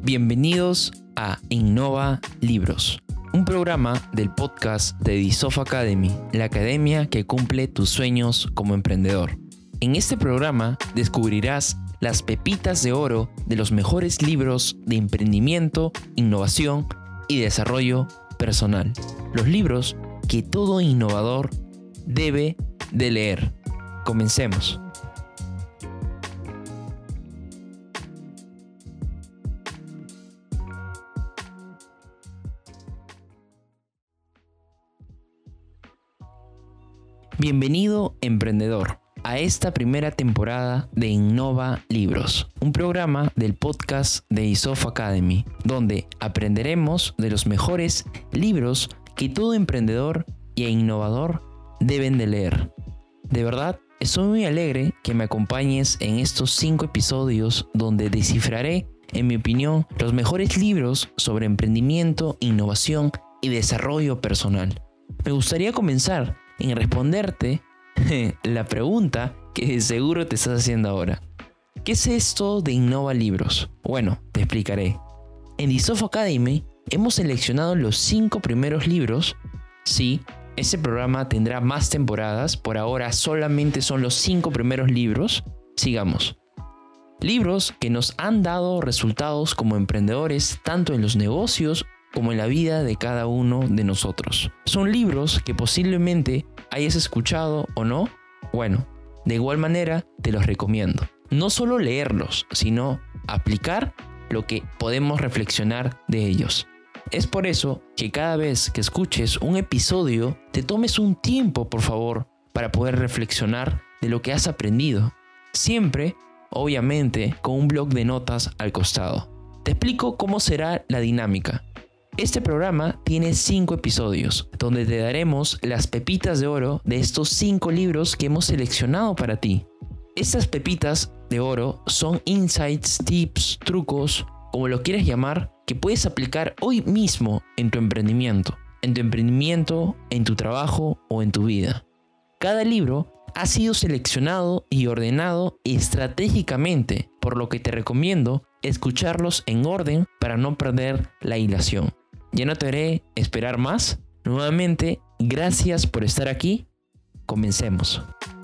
Bienvenidos a Innova Libros, un programa del podcast de The Sofa Academy, la academia que cumple tus sueños como emprendedor. En este programa descubrirás las pepitas de oro de los mejores libros de emprendimiento, innovación y desarrollo personal. Los libros que todo innovador debe de leer. Comencemos. Bienvenido, emprendedor, a esta primera temporada de Innova Libros, un programa del podcast de The Sofa Academy, donde aprenderemos de los mejores libros que todo emprendedor e innovador deben de leer. De verdad, estoy muy alegre que me acompañes en estos 5 episodios donde descifraré, en mi opinión, los mejores libros sobre emprendimiento, innovación y desarrollo personal. Me gustaría comenzar en responderte la pregunta que de seguro te estás haciendo ahora. ¿Qué es esto de Innova Libros? Bueno, te explicaré. En The Sofa Academy hemos seleccionado los 5 primeros libros. Sí, este programa tendrá más temporadas, por ahora solamente son los 5 primeros libros. Sigamos. Libros que nos han dado resultados como emprendedores, tanto en los negocios como en la vida de cada uno de nosotros. Son libros que posiblemente hayas escuchado o no. Bueno, de igual manera te los recomiendo. No solo leerlos, sino aplicar lo que podemos reflexionar de ellos. Es por eso que cada vez que escuches un episodio, te tomes un tiempo, por favor, para poder reflexionar de lo que has aprendido. Siempre, obviamente, con un bloc de notas al costado. Te explico cómo será la dinámica. Este programa tiene 5 episodios, donde te daremos las pepitas de oro de estos 5 libros que hemos seleccionado para ti. Estas pepitas de oro son insights, tips, trucos, como lo quieras llamar, que puedes aplicar hoy mismo en tu emprendimiento, en tu trabajo o en tu vida. Cada libro ha sido seleccionado y ordenado estratégicamente, por lo que te recomiendo escucharlos en orden para no perder la hilación. Ya no te haré esperar más. Nuevamente, gracias por estar aquí. Comencemos.